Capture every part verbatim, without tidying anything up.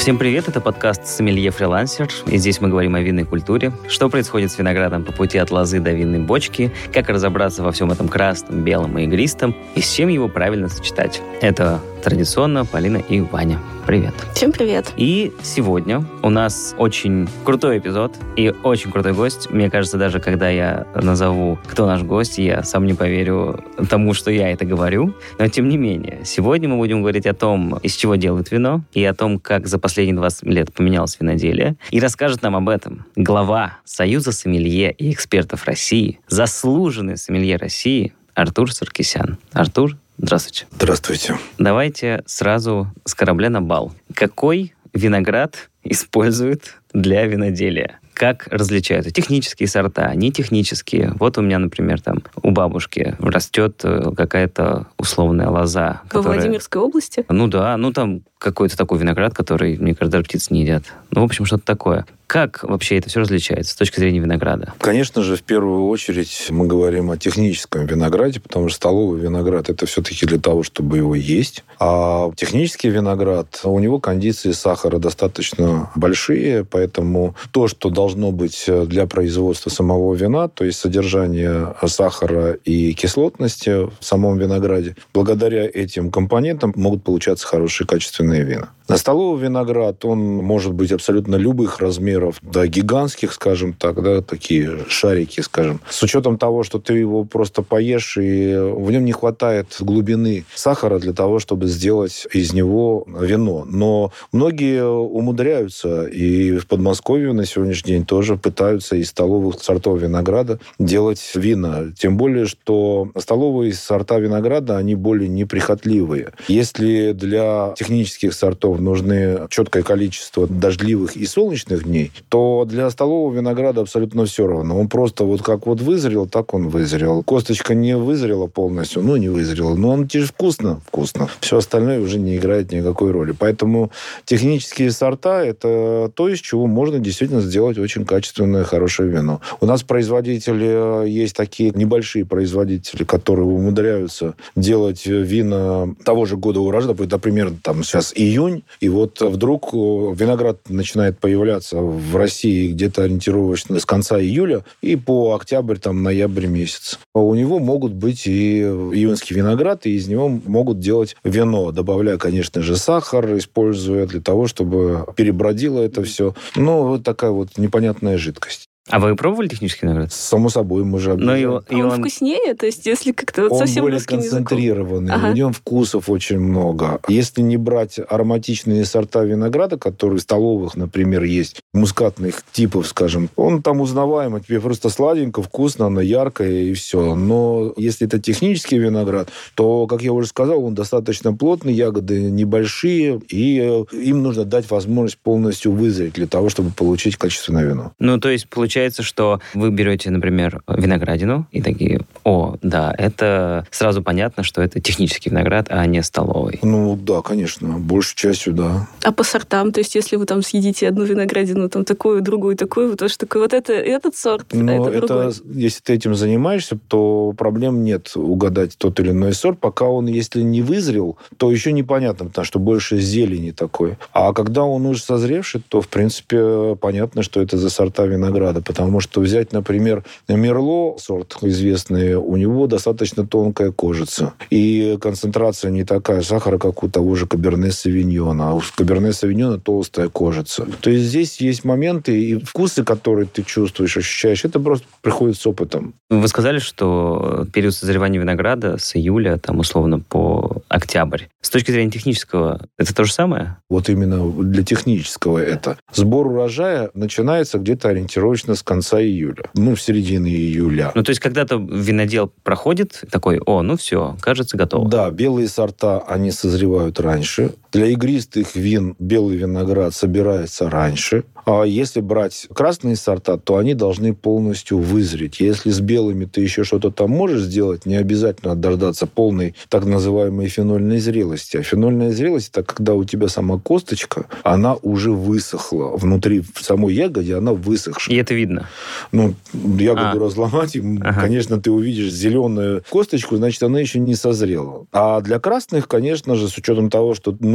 Всем привет, это подкаст «Сомелье Фрилансер», и здесь мы говорим о винной культуре, что происходит с виноградом по пути от лозы до винной бочки, как разобраться во всем этом красном, белом и игристом, и с чем его правильно сочетать. Это традиционно Полина и Ваня. Привет. Всем привет. И сегодня у нас очень крутой эпизод и очень крутой гость. Мне кажется, даже когда я назову, кто наш гость, я сам не поверю тому, что я это говорю. Но тем не менее, сегодня мы будем говорить о том, из чего делают вино, и о том, как за последние двадцать лет поменялось виноделие. И расскажет нам об этом глава Союза сомелье и экспертов России, заслуженный сомелье России Артур Саркисян. Артур, здравствуйте. Здравствуйте. Давайте сразу с корабля на бал. Какой виноград используют для виноделия? Как различаются технические сорта, нетехнические? Вот у меня, например, там у бабушки растет какая-то условная лоза. Во которая... Владимирской области? Ну да, ну там какой-то такой виноград, который, мне кажется, даже птицы не едят. Ну, в общем, что-то такое. Как вообще это все различается с точки зрения винограда? Конечно же, в первую очередь мы говорим о техническом винограде, потому что столовый виноград – это все-таки для того, чтобы его есть. А технический виноград, у него кондиции сахара достаточно большие, поэтому то, что должно быть для производства самого вина, то есть содержание сахара и кислотности в самом винограде, благодаря этим компонентам могут получаться хорошие качественные вина. На столовый виноград, он может быть абсолютно любых размеров, до гигантских, скажем так, да, такие шарики, скажем. С учетом того, что ты его просто поешь, и в нем не хватает глубины сахара для того, чтобы сделать из него вино. Но многие умудряются, и в Подмосковье на сегодняшний день тоже пытаются из столовых сортов винограда делать вина. Тем более, что столовые сорта винограда, они более неприхотливые. Если для технических сортов нужны четкое количество дождливых и солнечных дней, то для столового винограда абсолютно все равно. Он просто вот как вот вызрел, так он вызрел. Косточка не вызрела полностью, ну, не вызрела. Но он тебе вкусно, вкусно. Все остальное уже не играет никакой роли. Поэтому технические сорта – это то, из чего можно действительно сделать очень качественное, хорошее вино. У нас производители, есть такие небольшие производители, которые умудряются делать вина того же года урожая. Например, там сейчас июнь, и вот вдруг виноград начинает появляться в России где-то ориентировочно с конца июля и по октябрь, там, ноябрь месяц. У него могут быть и июньский виноград, и из него могут делать вино, добавляя, конечно же, сахар, используя для того, чтобы перебродило это все. Ну, вот такая вот непонятная жидкость. А вы пробовали технический виноград? Само собой, мы же Но и, он, а он, он вкуснее? То есть, если как-то вот он совсем более русским концентрированный, языком. Ага. в нем вкусов очень много. Если не брать ароматичные сорта винограда, которые в столовых, например, есть, мускатных типов, скажем, он там узнаваемый, тебе просто сладенько, вкусно, оно яркое и все. Но если это технический виноград, то, как я уже сказал, он достаточно плотный, ягоды небольшие, и им нужно дать возможность полностью вызреть для того, чтобы получить качественное вино. Ну, то есть, получается, что вы берете, например, виноградину и такие, о, да, это сразу понятно, что это технический виноград, а не столовый. Ну, да, конечно, большей частью, да. А по сортам, то есть, если вы там съедите одну виноградину, там такую, другую, такую, вы тоже такой, вот это этот сорт, Но а это, это другой. Если ты этим занимаешься, то проблем нет угадать тот или иной сорт. Пока он, если не вызрел, то еще непонятно, потому что больше зелени такой. А когда он уже созревший, то, в принципе, понятно, что это за сорта винограда. Потому что взять, например, Мерло, сорт известный, у него достаточно тонкая кожица. И концентрация не такая сахара, как у того же Каберне Савиньона. А у Каберне Савиньона толстая кожица. То есть здесь есть моменты и вкусы, которые ты чувствуешь, ощущаешь. Это просто приходит с опытом. Вы сказали, что период созревания винограда с июля, там, условно, по октябрь. С точки зрения технического, это то же самое? Вот именно для технического это. Сбор урожая начинается где-то ориентировочно с конца июля. Ну, в середине июля. Ну, то есть, когда-то винодел проходит такой, о, ну все, кажется, готово. Да, белые сорта, они созревают раньше. Для игристых вин белый виноград собирается раньше. А если брать красные сорта, то они должны полностью вызреть. Если с белыми ты еще что-то там можешь сделать, не обязательно дождаться полной так называемой фенольной зрелости. А фенольная зрелость – это когда у тебя сама косточка, она уже высохла. Внутри в самой ягоде она высохшая. И это видно? Ну, ягоду а. разломать, и, ага. конечно, ты увидишь зеленую косточку, значит, она еще не созрела. А для красных, конечно же, с учетом того, что нужно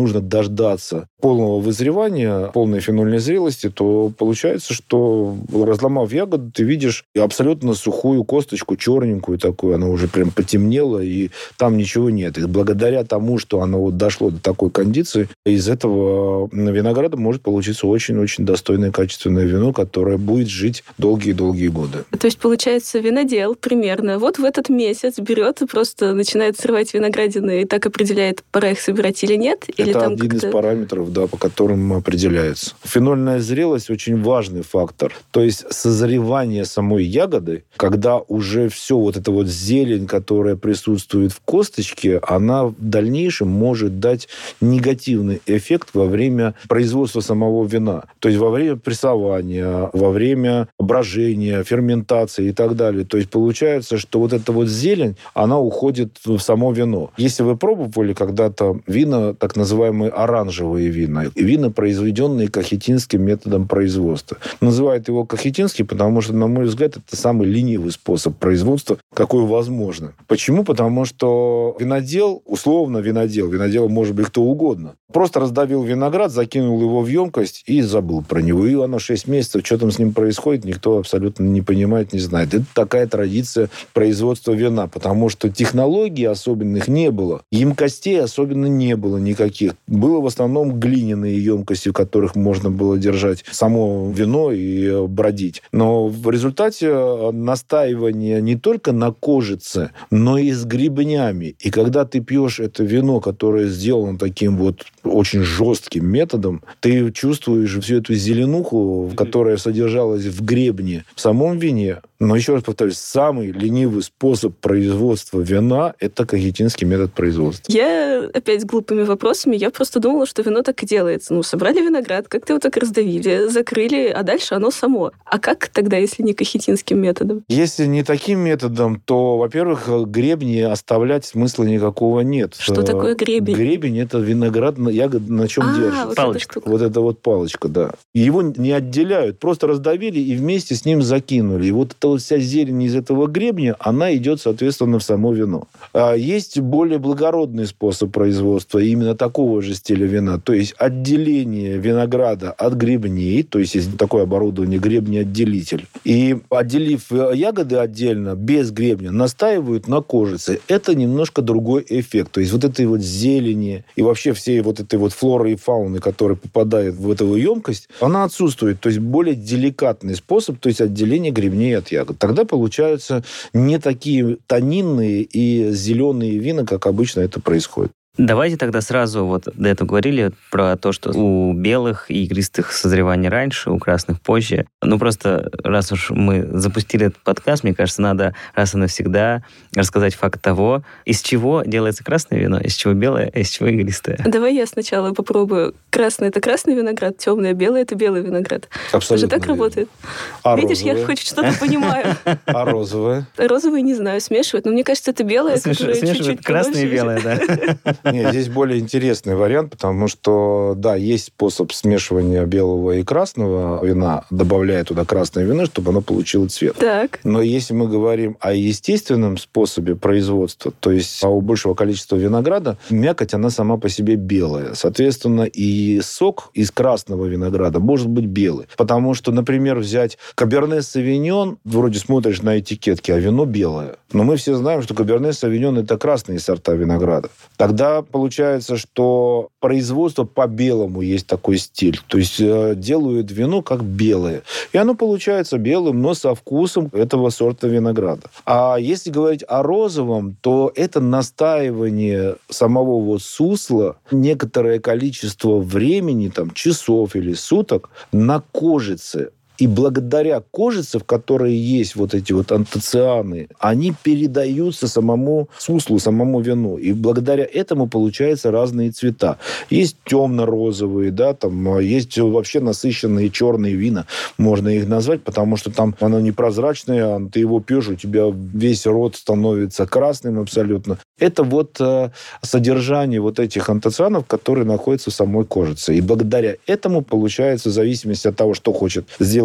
нужно дождаться полного вызревания, полной фенольной зрелости, то получается, что, разломав ягоду, ты видишь абсолютно сухую косточку, черненькую такую, она уже прям потемнела, и там ничего нет. И благодаря тому, что оно вот дошло до такой кондиции, из этого винограда может получиться очень-очень достойное, качественное вино, которое будет жить долгие-долгие годы. То есть, получается, винодел примерно вот в этот месяц берет и просто начинает срывать виноградины и так определяет, пора их собирать или нет? Или Это там один как-то... из параметров, да, по которым определяется. Фенольная зрелость очень важный фактор. То есть созревание самой ягоды, когда уже все вот это вот зелень, которая присутствует в косточке, она в дальнейшем может дать негативный эффект во время производства самого вина. То есть во время прессования, во время брожения, ферментации и так далее. То есть получается, что вот эта вот зелень, она уходит в само вино. Если вы пробовали когда-то вина, так называемые оранжевые вина, вина, произведенные кахетинским методом производства. Называют его кахетинский, потому что, на мой взгляд, это самый ленивый способ производства, какой возможно. Почему? Потому что винодел, условно винодел, винодел может быть кто угодно, просто раздавил виноград, закинул его в емкость и забыл про него. И оно шесть месяцев, что там с ним происходит, никто абсолютно не понимает, не знает. Это такая традиция производства вина, потому что технологий особенных не было. Емкостей особенно не было никаких. Было в основном глиняные емкости, в которых можно было держать само вино и бродить. Но в результате настаивания не только на кожице, но и с гребнями. И когда ты пьешь это вино, которое сделано таким вот очень жестким методом, ты чувствуешь всю эту зеленуху, которая содержалась в гребне в самом вине. Но еще раз повторюсь, самый ленивый способ производства вина – это кахетинский метод производства. Я опять с глупыми вопросами. Я просто думала, что вино так и делается. Ну, собрали виноград, как-то его так раздавили, закрыли, а дальше оно само. А как тогда, если не кахетинским методом? Если не таким методом, то, во-первых, гребни оставлять смысла никакого нет. Что такое гребень? Гребень – это виноград, ягода на чем а, держится. Вот палочка. Вот это вот палочка, да. Его не отделяют, просто раздавили и вместе с ним закинули. И вот эта вот вся зелень из этого гребня, она идет, соответственно, в само вино. А есть более благородный способ производства именно такого же стиля вина. То есть отделение винограда от гребней, то есть есть такое оборудование гребнеотделитель. И отделив ягоды отдельно, без гребня, настаивают на кожице. Это немножко другой эффект. То есть вот этой вот зелени и вообще всей вот этой вот флоры и фауны, которая попадает в эту емкость, она отсутствует. То есть более деликатный способ, то есть отделение гребней от ягод. Тогда получаются не такие тонинные и зеленые вина, как обычно это происходит. Давайте тогда сразу, вот до этого говорили про то, что у белых и игристых созревание раньше, у красных позже. Ну, просто раз уж мы запустили этот подкаст, мне кажется, надо раз и навсегда рассказать факт того, из чего делается красное вино, из чего белое, а из чего игристое. Давай я сначала попробую. Красный – это красный виноград, темное, белое – это белый виноград. Абсолютно. Это так верно. Работает? А Видишь, розовые? я хоть что-то понимаю. А розовое? Розовый, не знаю, смешивают. Но мне кажется, это белое, которое чуть-чуть красное и белое, да. Нет, здесь более интересный вариант, потому что, да, есть способ смешивания белого и красного вина, добавляя туда красное вино, чтобы оно получило цвет. Так. Но если мы говорим о естественном способе производства, то есть у большего количества винограда, мякоть, она сама по себе белая. Соответственно, и сок из красного винограда может быть белый. Потому что, например, взять Каберне Савиньон, вроде смотришь на этикетки, а вино белое. Но мы все знаем, что Каберне Савиньон – это красные сорта винограда. Тогда получается, что производство по-белому есть такой стиль. То есть э, делают вино как белое. И оно получается белым, но со вкусом этого сорта винограда. А если говорить о розовом, то это настаивание самого вот сусла некоторое количество времени, там, часов или суток на кожице. И благодаря кожице, в которой есть вот эти вот антоцианы, они передаются самому суслу, самому вину. И благодаря этому получаются разные цвета. Есть темно-розовые, да, там есть вообще насыщенные черные вина, можно их назвать, потому что там оно непрозрачное, ты его пьешь, у тебя весь рот становится красным абсолютно. Это вот э, содержание вот этих антоцианов, которые находятся в самой кожице. И благодаря этому получается, в зависимости от того, что хочет сделать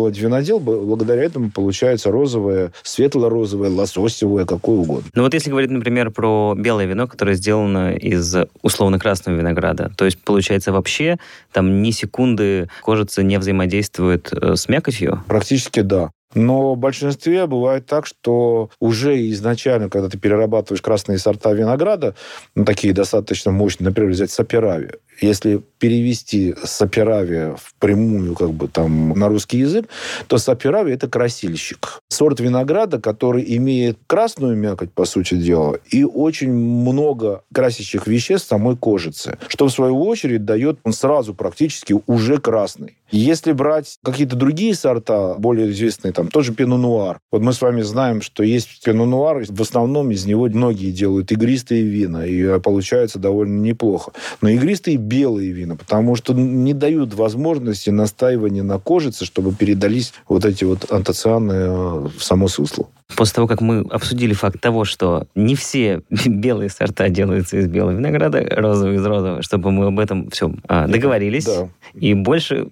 делать винодел, благодаря этому получается розовое, светло-розовое, лососевое, какое угодно. Ну вот если говорить, например, про белое вино, которое сделано из условно-красного винограда, то есть, получается, вообще там ни секунды кожица не взаимодействует с мякотью? Практически да. Но в большинстве бывает так, что уже изначально, когда ты перерабатываешь красные сорта винограда, ну, такие достаточно мощные, например, взять Саперави, если перевести Саперави впрямую как бы там на русский язык, то Саперави – это красильщик. Сорт винограда, который имеет красную мякоть, по сути дела, и очень много красящих веществ в самой кожице, что, в свою очередь, дает он сразу практически уже красный. Если брать какие-то другие сорта, более известные, там, тоже пино-нуар. Вот мы с вами знаем, что есть пино-нуар, в основном из него многие делают игристые вина, и получается довольно неплохо. Но игристые белые вина, потому что не дают возможности настаивания на кожице, чтобы передались вот эти вот антоцианы в само сусло. После того, как мы обсудили факт того, что не все белые сорта делаются из белого винограда, розовый из розового, чтобы мы об этом все а, договорились, да. И больше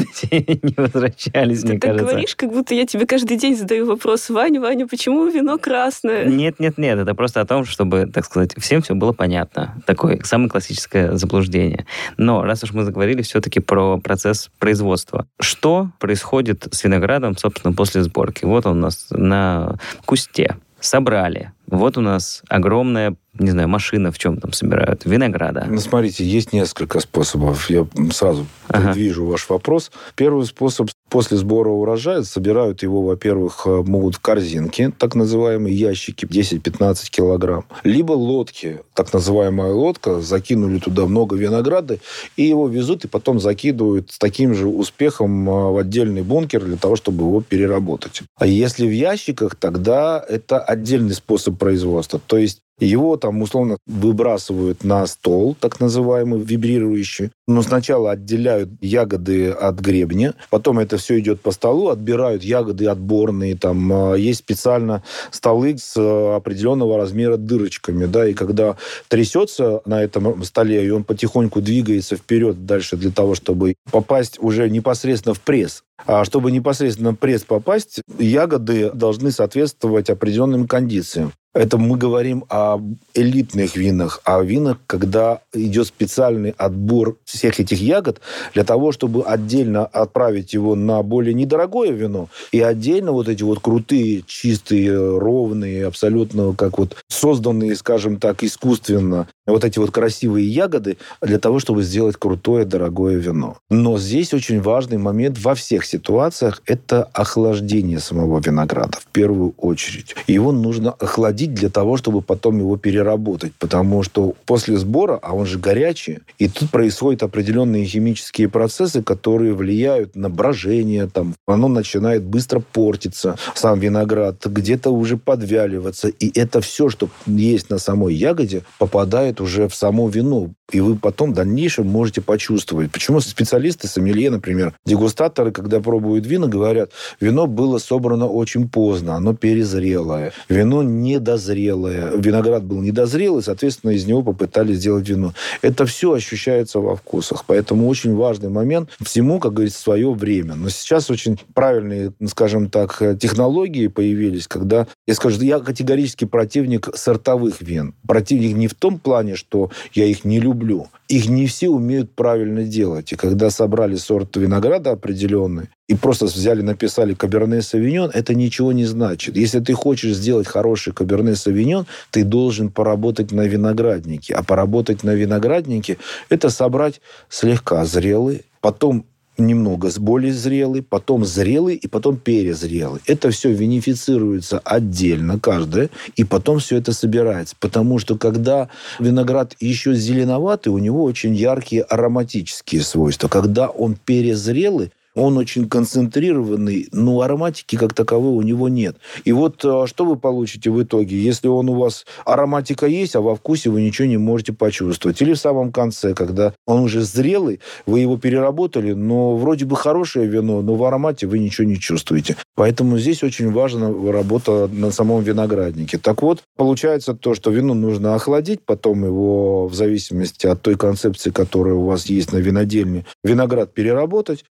не возвращались, Ты мне так кажется. говоришь, как будто я тебе каждый день задаю вопрос: Ваня, Ваня, почему вино красное? Нет, нет, нет, это просто о том, чтобы, так сказать, всем все было понятно. Такое самое классическое заблуждение. Но раз уж мы заговорили все-таки про процесс производства. Что происходит с виноградом, собственно, после сборки? Вот он у нас на кусте. Собрали. Вот у нас огромная, не знаю, машина, в чем там собирают, винограда. Ну, смотрите, есть несколько способов. Я сразу ага. вижу ваш вопрос. Первый способ: после сбора урожая собирают его, во-первых, могут в корзинки, так называемые ящики, десять-пятнадцать килограмм. Либо лодки, так называемая лодка, закинули туда много винограда, и его везут, и потом закидывают с таким же успехом в отдельный бункер для того, чтобы его переработать. А если в ящиках, тогда это отдельный способ производства. То есть его там условно выбрасывают на стол, так называемый, вибрирующий. Но сначала отделяют ягоды от гребня, потом это все идет по столу, отбирают ягоды отборные. Там есть специально столы с определенного размера дырочками, да, и когда трясется на этом столе, и он потихоньку двигается вперед дальше для того, чтобы попасть уже непосредственно в пресс. А чтобы непосредственно в пресс попасть, ягоды должны соответствовать определенным кондициям. Это мы говорим о элитных винах, о винах, когда идет специальный отбор всех этих ягод для того, чтобы отдельно отправить его на более недорогое вино, и отдельно вот эти вот крутые, чистые, ровные, абсолютно как вот созданные, скажем так, искусственно, вот эти вот красивые ягоды для того, чтобы сделать крутое, дорогое вино. Но здесь очень важный момент во всех ситуациях – это охлаждение самого винограда в первую очередь. Его нужно охладить для того, чтобы потом его переработать. Потому что после сбора, а он же горячий, и тут происходят определенные химические процессы, которые влияют на брожение, там, оно начинает быстро портиться, сам виноград, где-то уже подвяливаться. И это все, что есть на самой ягоде, попадает уже в само вино. И вы потом в дальнейшем можете почувствовать. Почему специалисты, сомелье, например, дегустаторы, когда пробуют вина, говорят: вино было собрано очень поздно, оно перезрелое, вино недозрелое, виноград был недозрелый, соответственно, из него попытались сделать вино. Это все ощущается во вкусах. Поэтому очень важный момент. Всему, как говорится, свое время. Но сейчас очень правильные, скажем так, технологии появились, когда, я скажу, я категорически противник сортовых вин. Противник не в том плане, что я их не люблю. Их не все умеют правильно делать. И когда собрали сорт винограда определенный и просто взяли, написали Каберне Савиньон, это ничего не значит. Если ты хочешь сделать хороший Каберне Савиньон, ты должен поработать на винограднике. А поработать на винограднике – это собрать слегка зрелый, потом немного более зрелый, потом зрелый и потом перезрелый. Это все винифицируется отдельно, каждое, и потом все это собирается. Потому что когда виноград еще зеленоватый, у него очень яркие ароматические свойства. Когда он перезрелый, он очень концентрированный, но ароматики как таковой у него нет. И вот что вы получите в итоге, если он у вас ароматика есть, а во вкусе вы ничего не можете почувствовать. Или в самом конце, когда он уже зрелый, вы его переработали, но вроде бы хорошее вино, но в аромате вы ничего не чувствуете. Поэтому здесь очень важна работа на самом винограднике. Так вот, получается то, что вино нужно охладить, потом его, в зависимости от той концепции, которая у вас есть на винодельне, виноград переработать. Дальше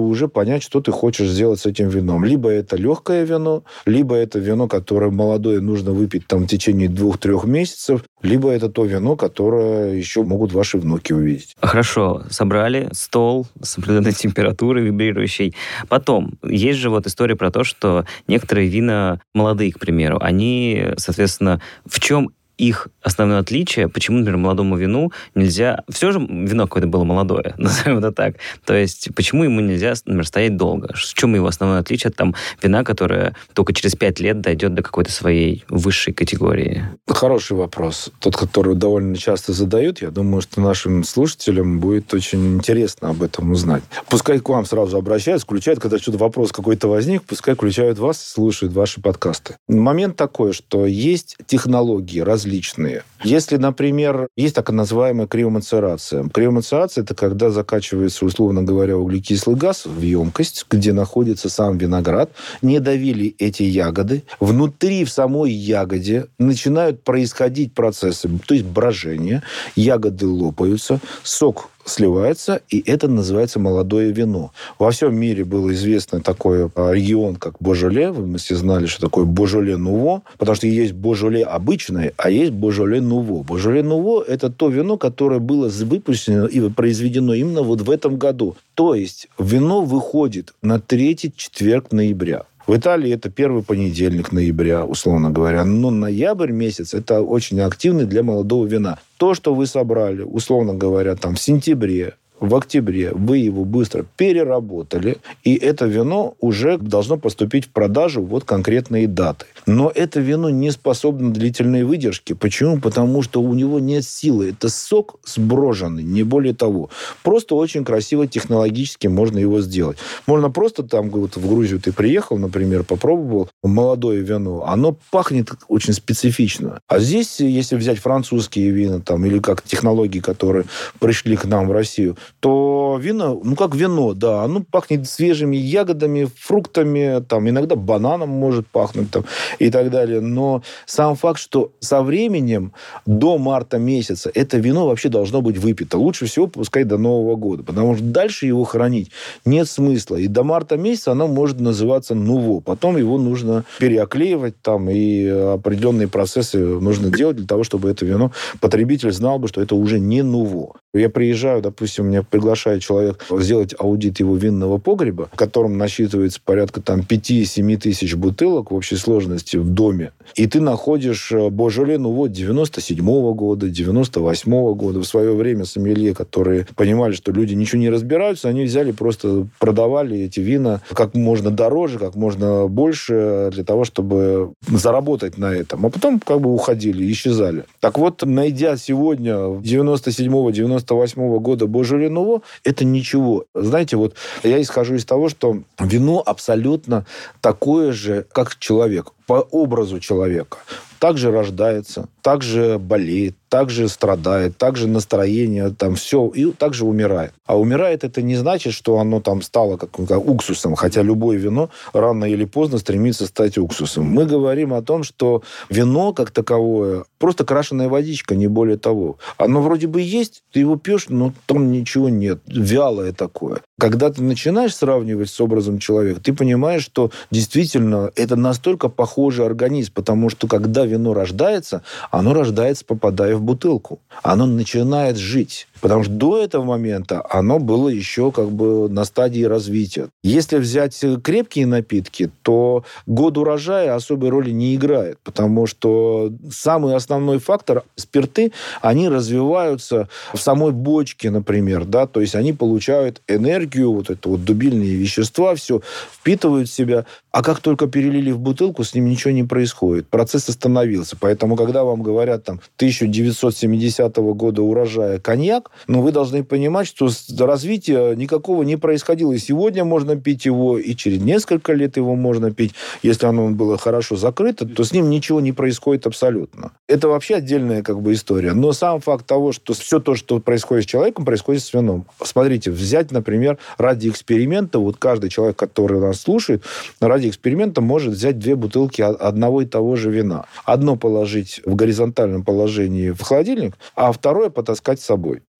уже понять, что ты хочешь сделать с этим вином. Либо это легкое вино, либо это вино, которое молодое, нужно выпить там в течение двух-трех месяцев, либо это то вино, которое еще могут ваши внуки увидеть. Хорошо, собрали стол с определенной температурой вибрирующей. Потом, есть же вот история про то, что некоторые вина молодые, к примеру, они, соответственно, в чем их основное отличие, почему, например, молодому вину нельзя... Все же вино какое-то было молодое, назовем это так. То есть почему ему нельзя, например, стоять долго? В чем его основное отличие от там, вина, которое только через пять лет дойдет до какой-то своей высшей категории? Хороший вопрос. Тот, который довольно часто задают. Я думаю, что нашим слушателям будет очень интересно об этом узнать. Пускай к вам сразу обращаются, включают, когда что-то вопрос какой-то возник, пускай включают вас, слушают ваши подкасты. Момент такой, что есть технологии различные. Если, например, есть так называемая криомацерация. Криомацерация – это когда закачивается, условно говоря, углекислый газ в емкость, где находится сам виноград, не давили эти ягоды. Внутри, в самой ягоде, начинают происходить процессы, то есть брожение, ягоды лопаются, сок сливается, и это называется молодое вино. Во всем мире был известный такой регион, как Божоле. Мы все знали, что такое Божоле-Нуво, потому что есть Божоле обычное, а есть Божоле-Нуво. Божоле-Нуво – это то вино, которое было выпущено и произведено именно вот в этом году. То есть вино выходит на третий четверг ноября. В Италии это первый понедельник ноября, условно говоря. Но ноябрь месяц – это очень активный для молодого вина. То, что вы собрали, условно говоря, там в сентябре, в октябре, вы его быстро переработали, и это вино уже должно поступить в продажу вот конкретные даты. Но это вино не способно длительной выдержки. Почему? Потому что у него нет силы. Это сок сброженный, не более того. Просто очень красиво технологически можно его сделать. Можно просто там, вот в Грузию ты приехал, например, попробовал молодое вино. Оно пахнет очень специфично. А здесь, если взять французские вина там, или как технологии, которые пришли к нам в Россию, то вино, ну, как вино, да, оно пахнет свежими ягодами, фруктами, там, иногда бананом может пахнуть, там, и так далее. Но сам факт, что со временем до марта месяца это вино вообще должно быть выпито. Лучше всего пускай до Нового года, потому что дальше его хранить нет смысла. И до марта месяца оно может называться нуво. Потом его нужно переоклеивать, там, и определенные процессы нужно делать для того, чтобы это вино потребитель знал бы, что это уже не нуво. Я приезжаю, допустим, меня приглашает человек сделать аудит его винного погреба, в котором насчитывается порядка там пять-семь тысяч бутылок в общей сложности в доме. И ты находишь Божоле, ну вот, девяносто седьмого года, девяносто восьмого года. В свое время сомелье, которые понимали, что люди ничего не разбираются, они взяли, просто продавали эти вина как можно дороже, как можно больше, для того, чтобы заработать на этом. А потом как бы уходили, исчезали. Так вот, найдя сегодня девяносто седьмого девяносто восьмого года Божоле Нуво, это ничего. Знаете, вот я исхожу из того, что вино абсолютно такое же, как человек, по образу человека. Также рождается, также болеет, также страдает, также настроение, там все, и также умирает. А умирает это не значит, что оно там стало как, как уксусом, хотя любое вино рано или поздно стремится стать уксусом. Мы говорим о том, что вино как таковое просто крашеная водичка, не более того. Оно вроде бы есть, ты его пьешь, но там ничего нет, вялое такое. Когда ты начинаешь сравнивать с образом человека, ты понимаешь, что действительно это настолько похожий организм, потому что когда вино рождается, оно рождается, попадая в бутылку. Оно начинает жить. Потому что до этого момента оно было еще как бы на стадии развития. Если взять крепкие напитки, то год урожая особой роли не играет, потому что самый основной фактор – спирты, они развиваются в самой бочке, например, да, то есть они получают энергию, вот это вот дубильные вещества, все впитывают в себя, а как только перелили в бутылку, с ним ничего не происходит. Процесс остановился. Поэтому, когда вам говорят там тысяча девятьсот семидесятого года урожая коньяк, но вы должны понимать, что развития никакого не происходило. И сегодня можно пить его, и через несколько лет его можно пить. Если оно было хорошо закрыто, то с ним ничего не происходит абсолютно. Это вообще отдельная как бы история. Но сам факт того, что все то, что происходит с человеком, происходит с вином. Смотрите, взять, например, ради эксперимента, вот каждый человек, который нас слушает, ради эксперимента может взять две бутылки одного и того же вина. Одно положить в горизонтальном положении в холодильник, а второе потаскать с собой.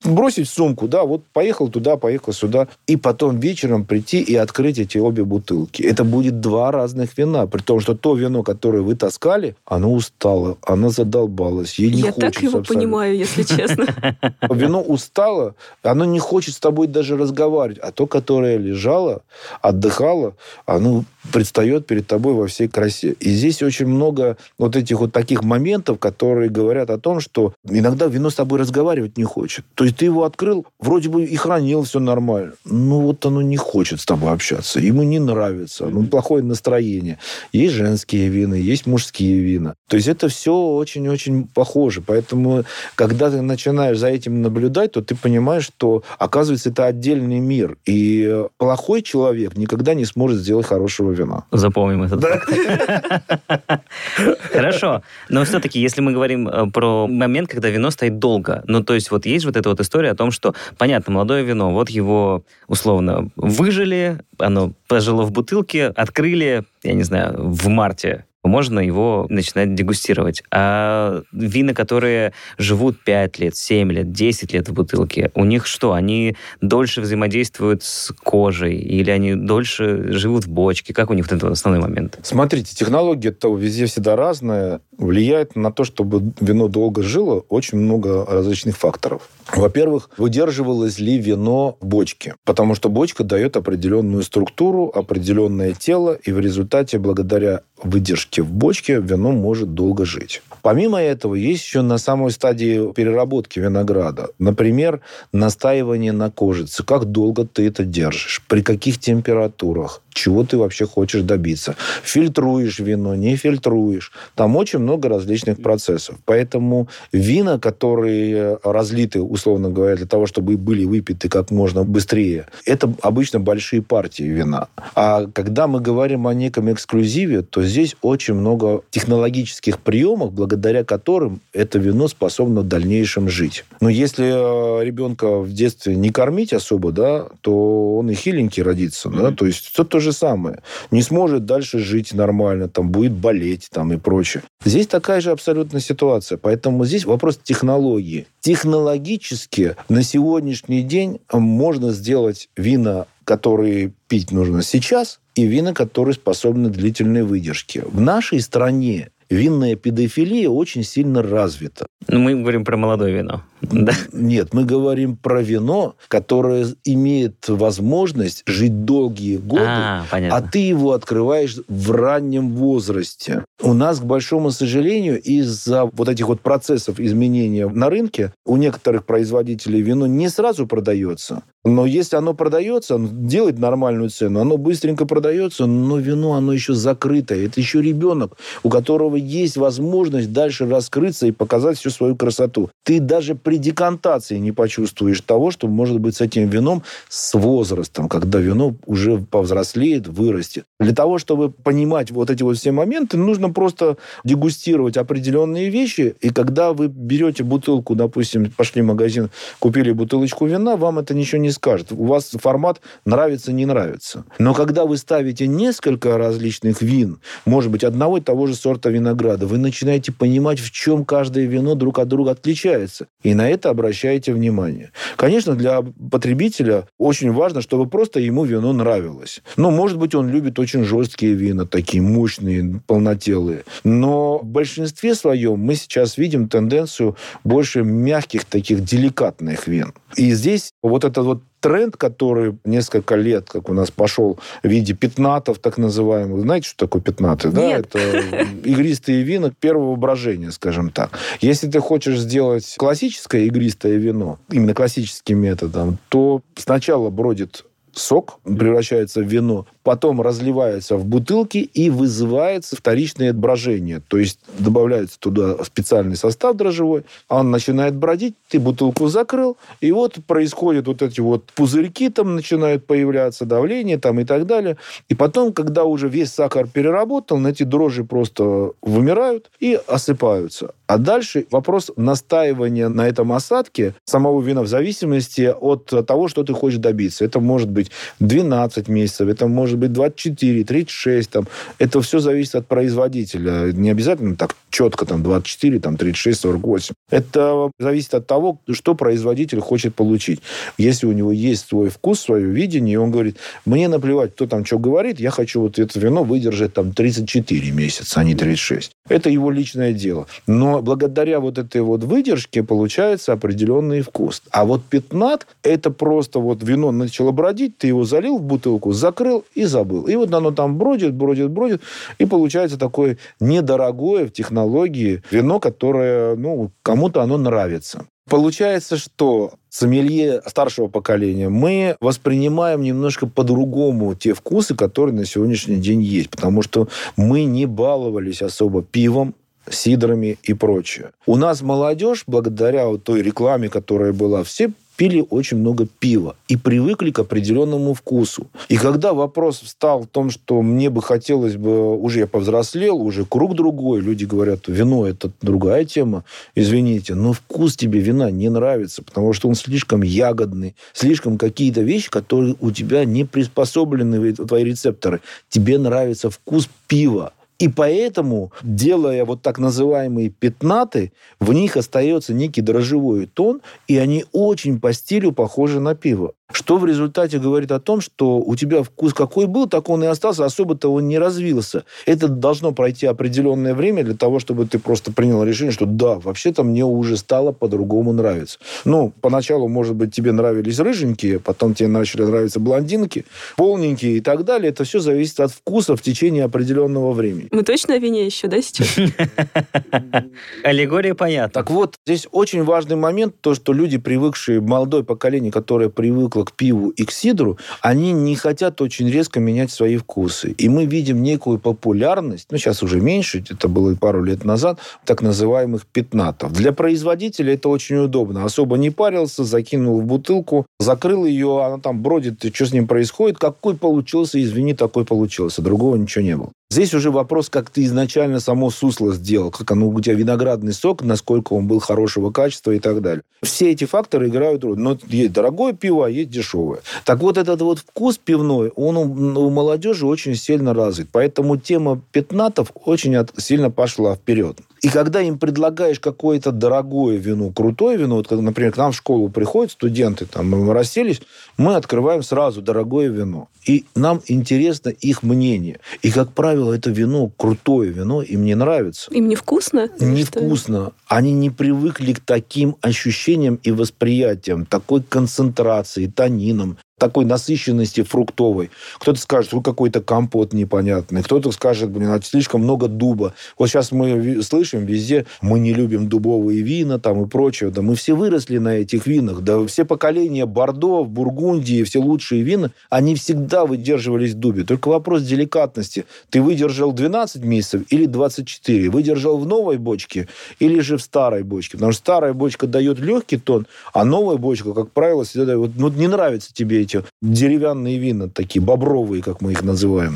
бросить в сумку, да, вот поехал туда, поехал сюда, и потом вечером прийти и открыть эти обе бутылки. Это будет два разных вина, при том, что то вино, которое вы таскали, оно устало, оно задолбалось, ей не Я хочется. так его абсолютно. понимаю, если честно. Вино устало, оно не хочет с тобой даже разговаривать, а то, которое лежало, отдыхало, оно предстает перед тобой во всей красе. И здесь очень много вот этих вот таких моментов, которые говорят о том, что иногда вино с тобой разговаривать не хочет. То есть ты его открыл, вроде бы и хранил, все нормально. Но вот оно не хочет с тобой общаться. Ему не нравится. Ну, плохое настроение. Есть женские вина, есть мужские вина. То есть это все очень-очень похоже. Поэтому, когда ты начинаешь за этим наблюдать, то ты понимаешь, что, оказывается, это отдельный мир. И плохой человек никогда не сможет сделать хорошего вина. Запомним этот факт. Хорошо. Но все-таки, если мы говорим про момент, когда вино стоит долго, ну, то есть вот есть вот эта вот история о том, что, понятно, молодое вино, вот его, условно, выжили, оно пожило в бутылке, открыли, я не знаю, в марте, можно его начинать дегустировать. А вина, которые живут пять лет, семь лет, десять лет в бутылке, у них что? Они дольше взаимодействуют с кожей? Или они дольше живут в бочке? Как у них вот этот основной момент? Смотрите, технология-то везде всегда разная. Влияет на то, чтобы вино долго жило, очень много различных факторов. Во-первых, выдерживалось ли вино в бочке? Потому что бочка дает определенную структуру, определенное тело, и в результате, благодаря выдержке в бочке, вино может долго жить. Помимо этого, есть еще на самой стадии переработки винограда. Например, настаивание на кожице. Как долго ты это держишь? При каких температурах? Чего ты вообще хочешь добиться? Фильтруешь вино, не фильтруешь. Там очень много различных процессов. Поэтому вина, которые разлиты, условно говоря, для того, чтобы были выпиты как можно быстрее, это обычно большие партии вина. А когда мы говорим о неком эксклюзиве, то здесь очень много технологических приемов, благодаря которым это вино способно в дальнейшем жить. Но если ребенка в детстве не кормить особо, да, то он и хиленький родится. Mm-hmm. Да? То есть все то же самое. Не сможет дальше жить нормально, там, будет болеть там, и прочее. Здесь такая же абсолютно ситуация. Поэтому здесь вопрос технологии. Технологически на сегодняшний день можно сделать вина, которые пить нужно сейчас, и вина, которые способны к длительной выдержке. В нашей стране винная педофилия очень сильно развита. Ну, мы говорим про молодое вино. Да? Нет, мы говорим про вино, которое имеет возможность жить долгие годы, а, а ты его открываешь в раннем возрасте. У нас, к большому сожалению, из-за вот этих вот процессов изменения на рынке у некоторых производителей вино не сразу продается. Но если оно продается, оно делает нормальную цену, оно быстренько продается, но вино, оно еще закрытое. Это еще ребенок, у которого есть возможность дальше раскрыться и показать всю свою красоту. Ты даже при декантации не почувствуешь того, что может быть с этим вином с возрастом, когда вино уже повзрослеет, вырастет. Для того, чтобы понимать вот эти вот все моменты, нужно просто дегустировать определенные вещи, и когда вы берете бутылку, допустим, пошли в магазин, купили бутылочку вина, вам это ничего не скажет. У вас формат нравится, не нравится. Но когда вы ставите несколько различных вин, может быть, одного и того же сорта винограда, вы начинаете понимать, в чем каждое вино друг от друга отличается. И на это обращаете внимание. Конечно, для потребителя очень важно, чтобы просто ему вино нравилось. Ну, может быть, он любит очень жесткие вина, такие мощные, полнотелые. Но в большинстве своем мы сейчас видим тенденцию больше мягких, таких деликатных вин. И здесь вот этот вот тренд, который несколько лет, как у нас пошел в виде пятнатов, так называемых. Знаете, что такое пятнаты? Да? Это игристые вина первого брожения, скажем так. Если ты хочешь сделать классическое игристое вино, именно классическим методом, то сначала бродит сок, превращается в вино, потом разливается в бутылки и вызывается вторичное брожение. То есть добавляется туда специальный состав дрожжевой, он начинает бродить, ты бутылку закрыл, и вот происходят вот эти вот пузырьки, там начинают появляться, давление там и так далее. И потом, когда уже весь сахар переработан, эти дрожжи просто вымирают и осыпаются. А дальше вопрос настаивания на этом осадке самого вина в зависимости от того, что ты хочешь добиться. Это может быть двенадцать месяцев, это может быть двадцать четыре, тридцать шесть. Там. Это все зависит от производителя. Не обязательно так четко там, двадцать четыре, там, тридцать шесть, сорок восемь. Это зависит от того, что производитель хочет получить. Если у него есть свой вкус, свое видение, и он говорит, мне наплевать, кто там что говорит, я хочу вот это вино выдержать там тридцать четыре месяца, а не тридцать шесть. Это его личное дело. Но благодаря вот этой вот выдержке получается определенный вкус. А вот пятнат – это просто вот вино начало бродить, ты его залил в бутылку, закрыл и забыл. И вот оно там бродит, бродит, бродит, и получается такое недорогое в технологии вино, которое, ну, кому-то оно нравится. Получается, что сомелье старшего поколения мы воспринимаем немножко по-другому те вкусы, которые на сегодняшний день есть, потому что мы не баловались особо пивом, сидрами и прочее. У нас молодежь, благодаря вот той рекламе, которая была, все пили очень много пива и привыкли к определенному вкусу. И когда вопрос встал в том, что мне бы хотелось бы, уже я повзрослел, уже круг другой, люди говорят, вино – это другая тема, извините, но вкус тебе вина не нравится, потому что он слишком ягодный, слишком какие-то вещи, которые у тебя не приспособлены, твои рецепторы. Тебе нравится вкус пива. И поэтому, делая вот так называемые пятнаты, в них остается некий дрожжевой тон, и они очень по стилю похожи на пиво. Что в результате говорит о том, что у тебя вкус какой был, так он и остался, особо-то он не развился. Это должно пройти определенное время для того, чтобы ты просто принял решение, что да, вообще-то мне уже стало по-другому нравиться. Ну, поначалу, может быть, тебе нравились рыженькие, потом тебе начали нравиться блондинки, полненькие и так далее. Это все зависит от вкуса в течение определенного времени. Мы точно о вине еще, да, сейчас? Аллегория понятна. Так вот, здесь очень важный момент, то, что люди, привыкшие, молодое поколение, которое привыкло к пиву и к сидру, они не хотят очень резко менять свои вкусы. И мы видим некую популярность, ну, сейчас уже меньше, это было пару лет назад, так называемых пятнатов. Для производителя это очень удобно. Особо не парился, закинул в бутылку, закрыл ее, она там бродит, и что с ним происходит, какой получился, извини, такой получился. Другого ничего не было. Здесь уже вопрос, как ты изначально само сусло сделал, как оно у тебя виноградный сок, насколько он был хорошего качества и так далее. Все эти факторы играют роль. Но есть дорогое пиво, а есть дешевое. Так вот, этот вот вкус пивной, он у, у молодежи очень сильно развит. Поэтому тема пятнатов очень от, сильно пошла вперед. И когда им предлагаешь какое-то дорогое вино, крутое вино, вот, когда, например, к нам в школу приходят студенты, там, мы расселись, мы открываем сразу дорогое вино. И нам интересно их мнение. И, как правило, это вино, крутое вино, им не нравится. Им невкусно? Невкусно. Они не привыкли к таким ощущениям и восприятиям, такой концентрации, танинам, такой насыщенности фруктовой. Кто-то скажет, что какой-то компот непонятный. Кто-то скажет, блин, слишком много дуба. Вот сейчас мы слышим везде, мы не любим дубовые вина там и прочее. Да мы все выросли на этих винах. Да все поколения Бордо, Бургундии, все лучшие вина, они всегда выдерживались в дубе. Только вопрос деликатности. Ты выдержал двенадцать месяцев или двадцать четыре? Выдержал в новой бочке или же в старой бочке? Потому что старая бочка дает легкий тон, а новая бочка, как правило, всегда дает... Вот, ну, не нравятся тебе эти деревянные вина, такие бобровые, как мы их называем.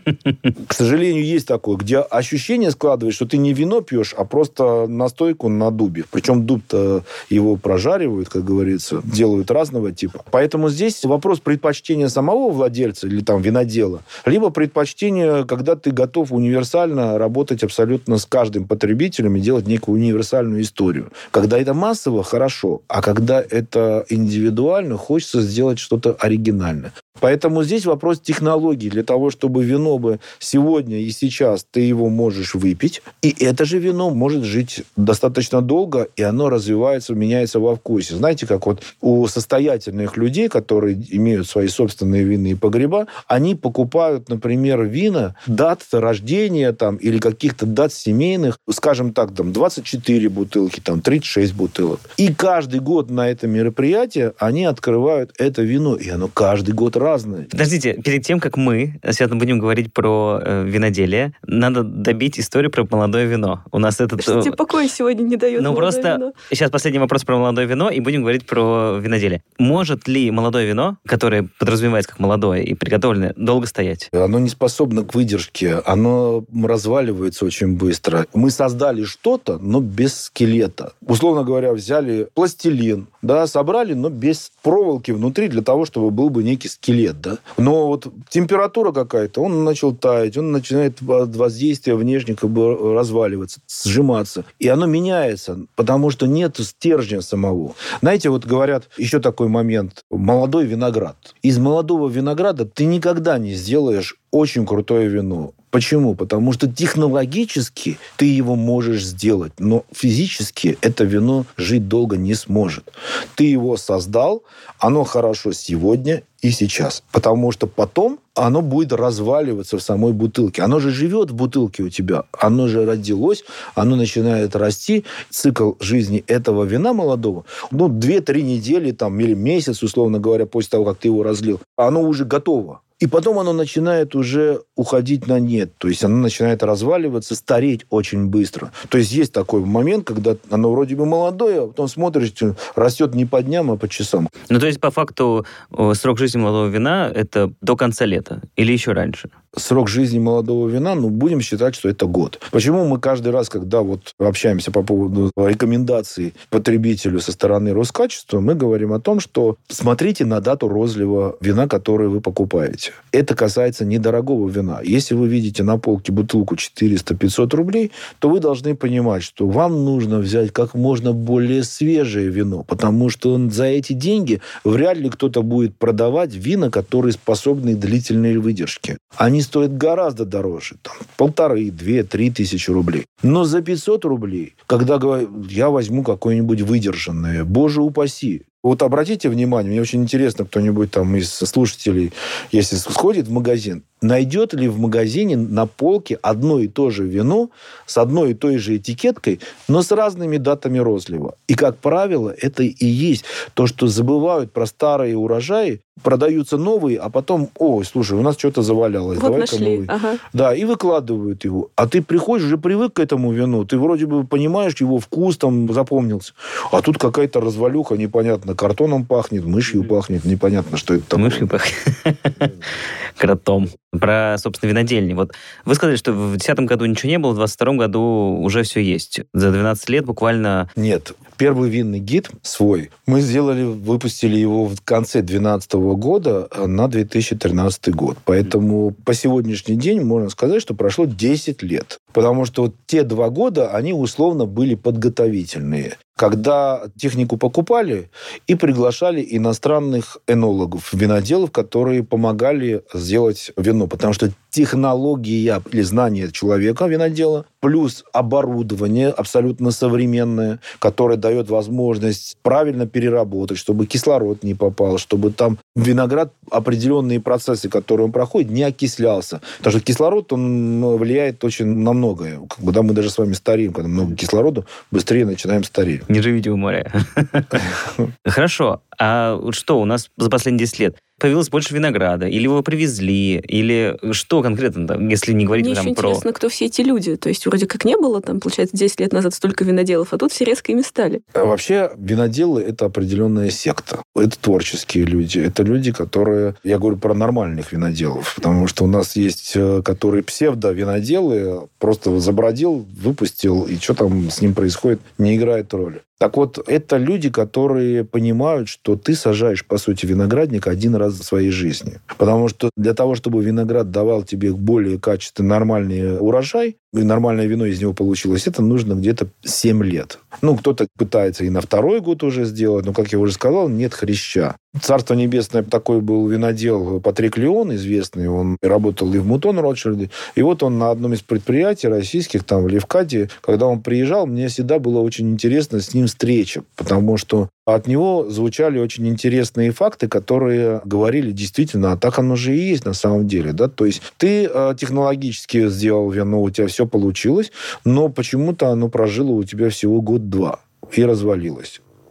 К сожалению, есть такое, где ощущение складывается, что ты не вино пьешь, а просто настойку на дубе. Причем дуб-то его прожаривают, как говорится, делают разного типа. Поэтому здесь вопрос предпочтения самого владельца или там винодела, либо предпочтение, когда ты готов универсально работать абсолютно с каждым потребителем и делать некую универсальную историю. Когда это массово, хорошо, а когда это индивидуально, хочется сделать что-то оригинальное. Поэтому здесь вопрос технологий. Для того, чтобы вино бы сегодня и сейчас ты его можешь выпить, и это же вино может жить достаточно долго, и оно развивается, меняется во вкусе. Знаете, как вот у состоятельных людей, которые имеют свои собственные винные погреба, они покупают, например, вина, дат рождения там, или каких-то дат семейных, скажем так, там, двадцать четыре бутылки, там, тридцать шесть бутылок. И каждый год на это мероприятие они открывают это вино, и оно каждый год разное. разные. Подождите, перед тем, как мы сегодня будем говорить про э, виноделие, надо добить историю про молодое вино. У нас этот... Что тебе покоя сегодня не дает Ну, молодое просто вино? Сейчас последний вопрос про молодое вино, и будем говорить про виноделие. Может ли молодое вино, которое подразумевается как молодое и приготовленное, долго стоять? Оно не способно к выдержке, оно разваливается очень быстро. Мы создали что-то, но без скелета. Условно говоря, взяли пластилин, да, собрали, но без проволоки внутри для того, чтобы был бы некий скелет, да. Но вот температура какая-то, он начал таять, он начинает от воздействия внешне как бы разваливаться, сжиматься. И оно меняется, потому что нет стержня самого. Знаете, вот говорят, еще такой момент, молодой виноград. Из молодого винограда ты никогда не сделаешь очень крутое вино. Почему? Потому что технологически ты его можешь сделать, но физически это вино жить долго не сможет. Ты его создал, оно хорошо сегодня и сейчас. Потому что потом оно будет разваливаться в самой бутылке. Оно же живет в бутылке у тебя. Оно же родилось, оно начинает расти. Цикл жизни этого вина молодого, ну, две-три недели там, или месяц, условно говоря, после того, как ты его разлил, оно уже готово. И потом оно начинает уже уходить на нет. То есть оно начинает разваливаться, стареть очень быстро. То есть есть такой момент, когда оно вроде бы молодое, а потом смотришь, растет не по дням, а по часам. Ну, то есть, по факту, срок жизни молодого вина – это до конца лета или еще раньше? Срок жизни молодого вина, ну, будем считать, что это год. Почему мы каждый раз, когда вот общаемся по поводу рекомендаций потребителю со стороны Роскачества, мы говорим о том, что смотрите на дату розлива вина, которое вы покупаете. Это касается недорогого вина. Если вы видите на полке бутылку четыреста-пятьсот рублей, то вы должны понимать, что вам нужно взять как можно более свежее вино, потому что за эти деньги вряд ли кто-то будет продавать вина, которые способны к длительной выдержке. Они стоят гораздо дороже. Там, полторы, две, три тысячи рублей. Но за пятьсот рублей, когда я возьму какое-нибудь выдержанное, боже упаси. Вот обратите внимание, мне очень интересно, кто-нибудь там из слушателей, если сходит в магазин, найдет ли в магазине на полке одно и то же вино с одной и той же этикеткой, но с разными датами розлива. И, как правило, это и есть то, что забывают про старые урожаи, продаются новые, а потом, ой, слушай, у нас что-то завалялось. Вот давай-ка нашли. новый. Ага. Да, и выкладывают его. А ты приходишь, уже привык к этому вину, ты вроде бы понимаешь его вкус, там, запомнился. А тут какая-то развалюха, непонятно, картоном пахнет, мышью пахнет, непонятно, что это такое. Мышью пахнет. Кротом. Про, собственно, винодельни. Вот вы сказали, что в две тысячи десятом году ничего не было, в двадцать втором году уже все есть. За двенадцать лет буквально... Нет. Первый винный гид свой мы сделали, выпустили его в конце две тысячи двенадцатого года на две тысячи тринадцатый год. Поэтому по сегодняшний день можно сказать, что прошло десять лет. Потому что вот те два года, они условно были подготовительные. Когда технику покупали и приглашали иностранных энологов, виноделов, которые помогали сделать вино. Потому что технология или знание человека, винодела, плюс оборудование абсолютно современное, которое дает возможность правильно переработать, чтобы кислород не попал, чтобы там виноград, определенные процессы, которые он проходит, не окислялся. Потому что кислород, он влияет очень на многое. Когда мы даже с вами стареем, когда много кислорода, быстрее начинаем стареть. Не живите у моря. Хорошо. А что у нас за последние десять лет? Появилось больше винограда? Или его привезли? Или что конкретно, если не говорить Мне там еще про... интересно, кто все эти люди. То есть вроде как не было, там, получается, десять лет назад столько виноделов, а тут все резко ими стали. А вообще виноделы – это определенная секта. Это творческие люди. Это люди, которые... Я говорю про нормальных виноделов. Потому что у нас есть, которые псевдо-виноделы, просто забродил, выпустил, и что там с ним происходит, не играет роли. Так вот, это люди, которые понимают, что ты сажаешь, по сути, виноградник один раз в своей жизни. Потому что для того, чтобы виноград давал тебе более качественный, нормальный урожай, и нормальное вино из него получилось, это нужно где-то семь лет. Ну, кто-то пытается и на второй год уже сделать, но, как я уже сказал, нет хряща. Царство небесное, такой был винодел Патрик Леон, известный, он работал и в Мутон Ротшильде. И вот он на одном из предприятий российских, там, в Левкаде, когда он приезжал, мне всегда было очень интересно с ним встреча, потому что от него звучали очень интересные факты, которые говорили действительно, а так оно же и есть на самом деле. Да? То есть ты э, технологически сделал вино, у тебя все получилось, но почему-то оно прожило у тебя всего год-два и развалилось.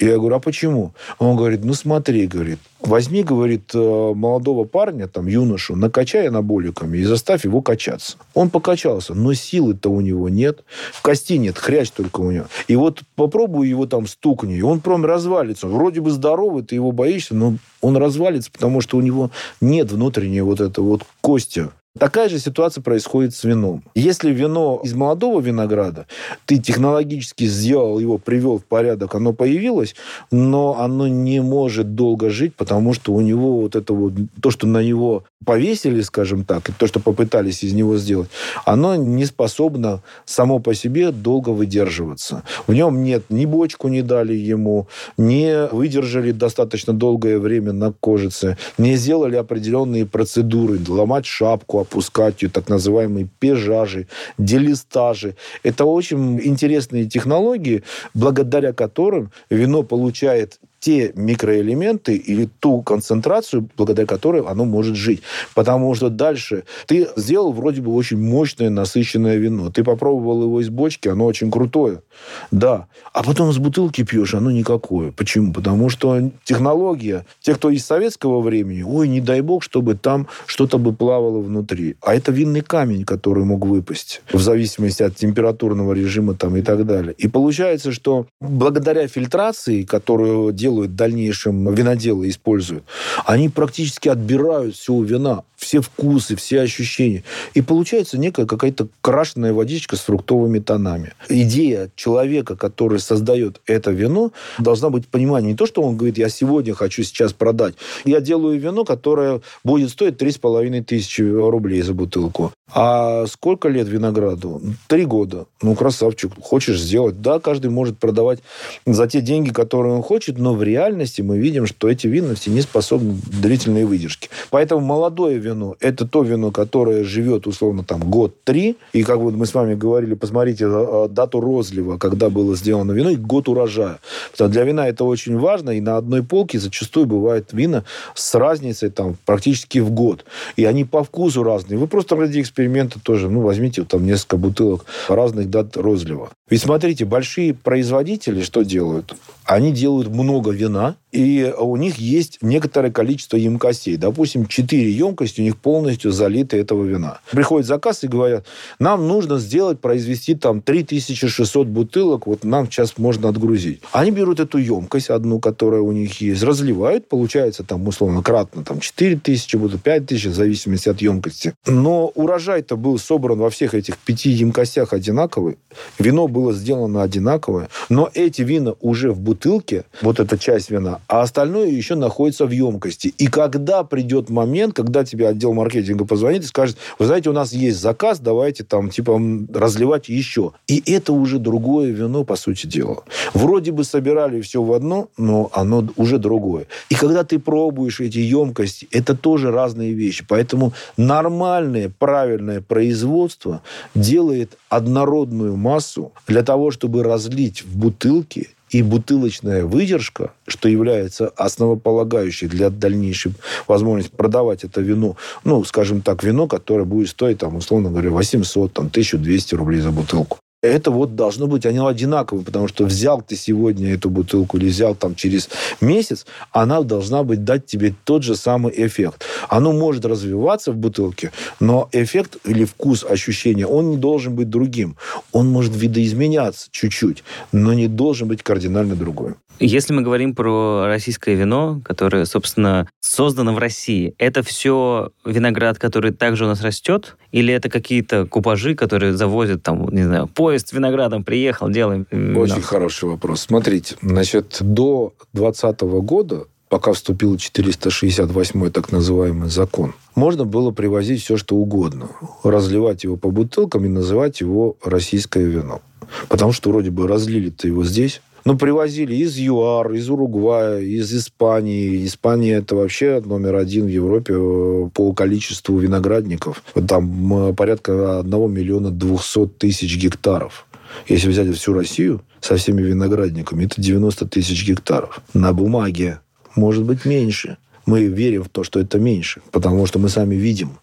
Я говорю, а почему? Он говорит, ну смотри, говорит, возьми, говорит, молодого парня, там, юношу, накачай анаболиками и заставь его качаться. Он покачался, но силы-то у него нет, кости нет, хрящ только у него. И вот попробуй его там стукни, и он прям развалится. Вроде бы здоровый, ты его боишься, но он развалится, потому что у него нет внутренней вот этой вот кости. Такая же ситуация происходит с вином. Если вино из молодого винограда, ты технологически сделал его, привел в порядок, оно появилось, но оно не может долго жить, потому что у него вот это вот, то, что на него повесили, скажем так, и то, что попытались из него сделать, оно не способно само по себе долго выдерживаться. В нем нет, ни бочку не дали ему, не выдержали достаточно долгое время на кожице, не сделали определенные процедуры, ломать шапку, опускать ее, так называемые пежажи, делистажи. Это очень интересные технологии, благодаря которым вино получает те микроэлементы или ту концентрацию, благодаря которой оно может жить. Потому что дальше ты сделал вроде бы очень мощное, насыщенное вино. Ты попробовал его из бочки, оно очень крутое. Да. А потом с бутылки пьешь, оно никакое. Почему? Потому что технология, те, кто из советского времени, ой, не дай бог, чтобы там что-то бы плавало внутри. А это винный камень, который мог выпасть в зависимости от температурного режима там, и так далее. И получается, что благодаря фильтрации, которую делают в дальнейшем виноделы используют, они практически отбирают все у вина, все вкусы, все ощущения. И получается некая какая-то крашеная водичка с фруктовыми тонами. Идея человека, который создает это вино, должна быть понимание. Не то, что он говорит, я сегодня хочу сейчас продать. Я делаю вино, которое будет стоить три с половиной тысячи рублей за бутылку. А сколько лет винограду? Три года. Ну, красавчик. Хочешь сделать? Да, каждый может продавать за те деньги, которые он хочет, но в реальности мы видим, что эти вина все не способны к длительной выдержке. Поэтому молодое вино – это то вино, которое живет, условно, там, год-три. И, как вот мы с вами говорили, посмотрите дату розлива, когда было сделано вино, и год урожая. Потому что для вина это очень важно, и на одной полке зачастую бывают вина с разницей там, практически в год. И они по вкусу разные. Вы просто ради эксперимента тоже, ну, возьмите там несколько бутылок разных дат розлива. Ведь смотрите, большие производители что делают? Они делают много вина, и у них есть некоторое количество емкостей. Допустим, четыре емкости у них полностью залиты этого вина. Приходит заказ и говорят, нам нужно сделать, произвести там три тысячи шестьсот бутылок, вот нам сейчас можно отгрузить. Они берут эту емкость одну, которая у них есть, разливают, получается там условно кратно там четыре тысячи бутылок, пять тысяч, в зависимости от емкости. Но урожай-то был собран во всех этих пяти емкостях одинаковый, вино было сделано одинаковое, но эти вина уже в бутылке, вот эта часть вина, а остальное еще находится в емкости. И когда придет момент, когда тебе отдел маркетинга позвонит и скажет, вы знаете, у нас есть заказ, давайте там типа разливать еще. И это уже другое вино, по сути дела. Вроде бы собирали все в одно, но оно уже другое. И когда ты пробуешь эти емкости, это тоже разные вещи. Поэтому нормальное, правильное производство делает однородную массу для того, чтобы разлить в бутылки. И бутылочная выдержка, что является основополагающей для дальнейшей возможности продавать это вино, ну, скажем так, вино, которое будет стоить, там, условно говоря, восемьсот, там, тысяча двести рублей за бутылку. Это вот должно быть, они одинаковые, потому что взял ты сегодня эту бутылку или взял там через месяц, она должна быть дать тебе тот же самый эффект. Оно может развиваться в бутылке, но эффект или вкус, ощущение, он не должен быть другим. Он может видоизменяться чуть-чуть, но не должен быть кардинально другой. Если мы говорим про российское вино, которое, собственно, создано в России, это все виноград, который также у нас растет? Или это какие-то купажи, которые завозят, там, не знаю, поезд с виноградом приехал, делаем вино? Очень хороший вопрос. Смотрите, значит, до двадцатого года, пока вступил четыреста шестьдесят восьмой так называемый закон, можно было привозить все, что угодно. Разливать его по бутылкам и называть его российское вино. Потому что вроде бы разлили-то его здесь. Ну, привозили из ЮАР, из Уругвая, из Испании. Испания – это вообще номер один в Европе по количеству виноградников. Там порядка одного миллиона двухсот тысяч гектаров. Если взять всю Россию со всеми виноградниками, это девяносто тысяч гектаров. На бумаге может быть меньше. Мы верим в то, что это меньше, потому что мы сами видим,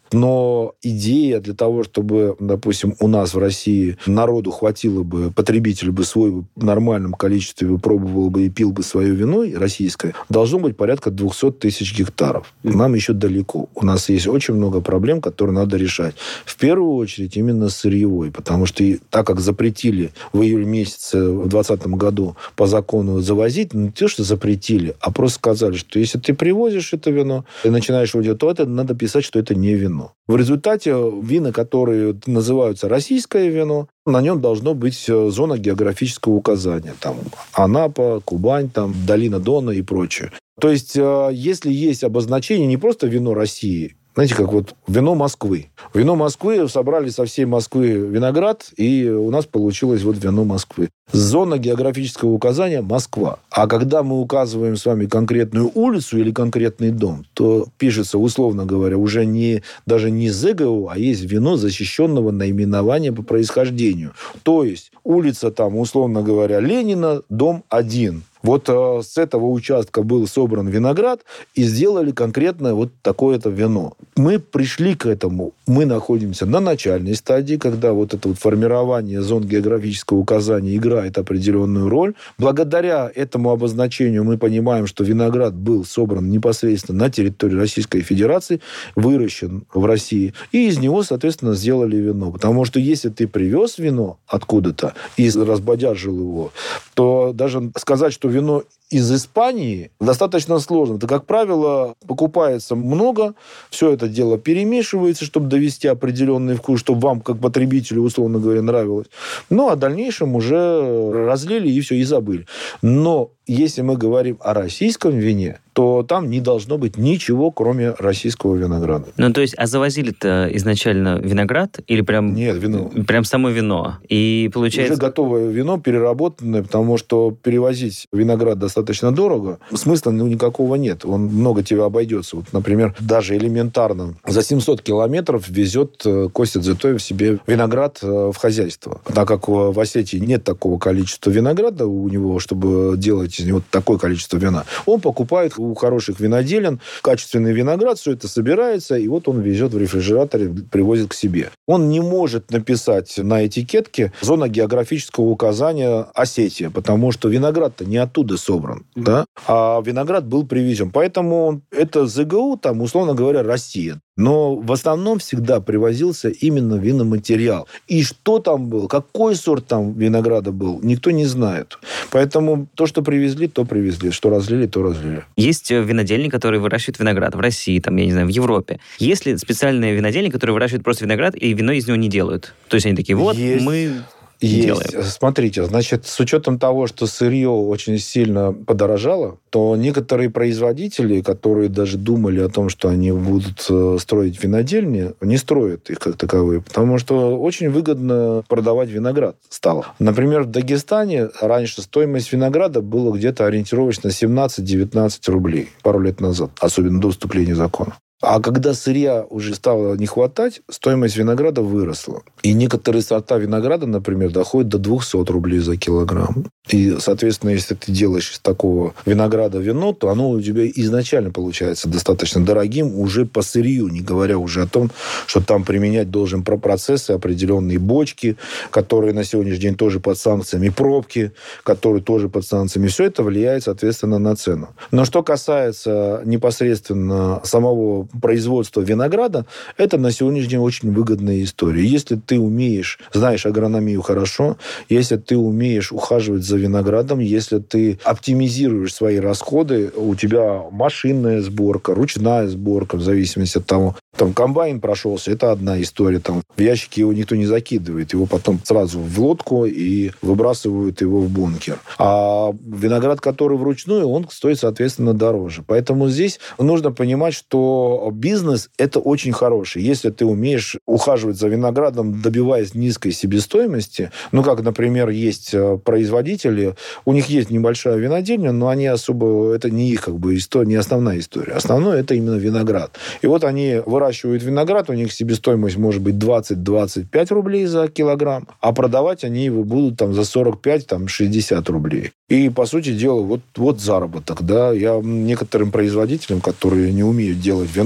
Но идея для того, чтобы, допустим, у нас в России народу хватило бы, потребитель бы свой в нормальном количестве пробовал бы и пил бы свое вино российское, должно быть порядка двести тысяч гектаров. Нам еще далеко. У нас есть очень много проблем, которые надо решать. В первую очередь именно сырьевой, потому что и, так как запретили в июле месяце в двадцатом году по закону завозить, не то, что запретили, а просто сказали, что если ты привозишь это вино и начинаешь его делать, то это надо писать, что это не вино. В результате вина, которые называются российское вино, на нем должно быть зона географического указания. Там Анапа, Кубань, там долина Дона и прочее. То есть, если есть обозначение не просто вино России, знаете, как вот вино Москвы. Вино Москвы собрали со всей Москвы виноград, и у нас получилось вот вино Москвы. Зона географического указания – Москва. А когда мы указываем с вами конкретную улицу или конкретный дом, то пишется, условно говоря, уже не, даже не ЗГУ, а есть вино защищенного наименования по происхождению. То есть улица там, условно говоря, Ленина, дом один. Вот э, с этого участка был собран виноград и сделали конкретно вот такое-то вино. Мы пришли к этому. Мы находимся на начальной стадии, когда вот это вот формирование зон географического указания играет определенную роль. Благодаря этому обозначению мы понимаем, что виноград был собран непосредственно на территории Российской Федерации, выращен в России, и из него, соответственно, сделали вино. Потому что если ты привез вино откуда-то и разбодяжил его, то даже сказать, что вино из Испании достаточно сложно. Это, как правило, покупается много, все это дело перемешивается, чтобы довести определенный вкус, чтобы вам, как потребителю, условно говоря, нравилось. Ну, а в дальнейшем уже разлили и все, и забыли. Но если мы говорим о российском вине, то там не должно быть ничего, кроме российского винограда. Ну, то есть, а завозили-то изначально виноград или прям... Нет, вино. Прям само вино. И получается... Уже готовое вино, переработанное, потому что перевозить виноград достаточно дорого. Смысла ну, никакого нет. Он много тебе обойдется. Вот, например, даже элементарно за семьсот километров везет Костя Дзитоев себе виноград в хозяйство. Так как в Осетии нет такого количества винограда у него, чтобы делать из него такое количество вина, он покупает у хороших виноделин качественный виноград, все это собирается, и вот он везет в рефрижераторе, привозит к себе. Он не может написать на этикетке зона географического указания Осетия, потому что виноград-то не оттуда собран, mm-hmm. да? А виноград был привезен. Поэтому это ЗГУ, там, условно говоря, Россия. Но в основном всегда привозился именно виноматериал. И что там было, какой сорт там винограда был, никто не знает. Поэтому то, что привезли, то привезли. Что разлили, то разлили. Есть винодельни, которые выращивают виноград в России, там, я не знаю, в Европе. Есть ли специальные винодельни, которые выращивают просто виноград и вино из него не делают? То есть они такие, вот, есть. мы... Есть. Делаем. Смотрите, значит, с учетом того, что сырье очень сильно подорожало, то некоторые производители, которые даже думали о том, что они будут строить винодельни, не строят их как таковые, потому что очень выгодно продавать виноград стало. Например, в Дагестане раньше стоимость винограда была где-то ориентировочно семнадцать-девятнадцать рублей пару лет назад, особенно до вступления закона. А когда сырья уже стало не хватать, стоимость винограда выросла. И некоторые сорта винограда, например, доходят до двести рублей за килограмм. И, соответственно, если ты делаешь из такого винограда вино, то оно у тебя изначально получается достаточно дорогим уже по сырью, не говоря уже о том, что там применять должен процессы, определенные бочки, которые на сегодняшний день тоже под санкциями, пробки, которые тоже под санкциями. Все это влияет, соответственно, на цену. Но что касается непосредственно самого производства винограда, это на сегодняшний день очень выгодная история. Если ты умеешь, знаешь агрономию хорошо, если ты умеешь ухаживать за виноградом, если ты оптимизируешь свои расходы, у тебя машинная сборка, ручная сборка, в зависимости от того, там комбайн прошелся, это одна история, там в ящике его никто не закидывает, его потом сразу в лодку и выбрасывают его в бункер. А виноград, который вручную, он стоит, соответственно, дороже. Поэтому здесь нужно понимать, что бизнес – это очень хороший. Если ты умеешь ухаживать за виноградом, добиваясь низкой себестоимости, ну, как, например, есть производители, у них есть небольшая винодельня, но они особо, это не их, как бы, история, не основная история. Основное – это именно виноград. И вот они выращивают виноград, у них себестоимость может быть двадцать-двадцать пять рублей за килограмм, а продавать они его будут там за сорок пять шестьдесят рублей. И, по сути дела, вот, вот заработок. Да? Я некоторым производителям, которые не умеют делать вино,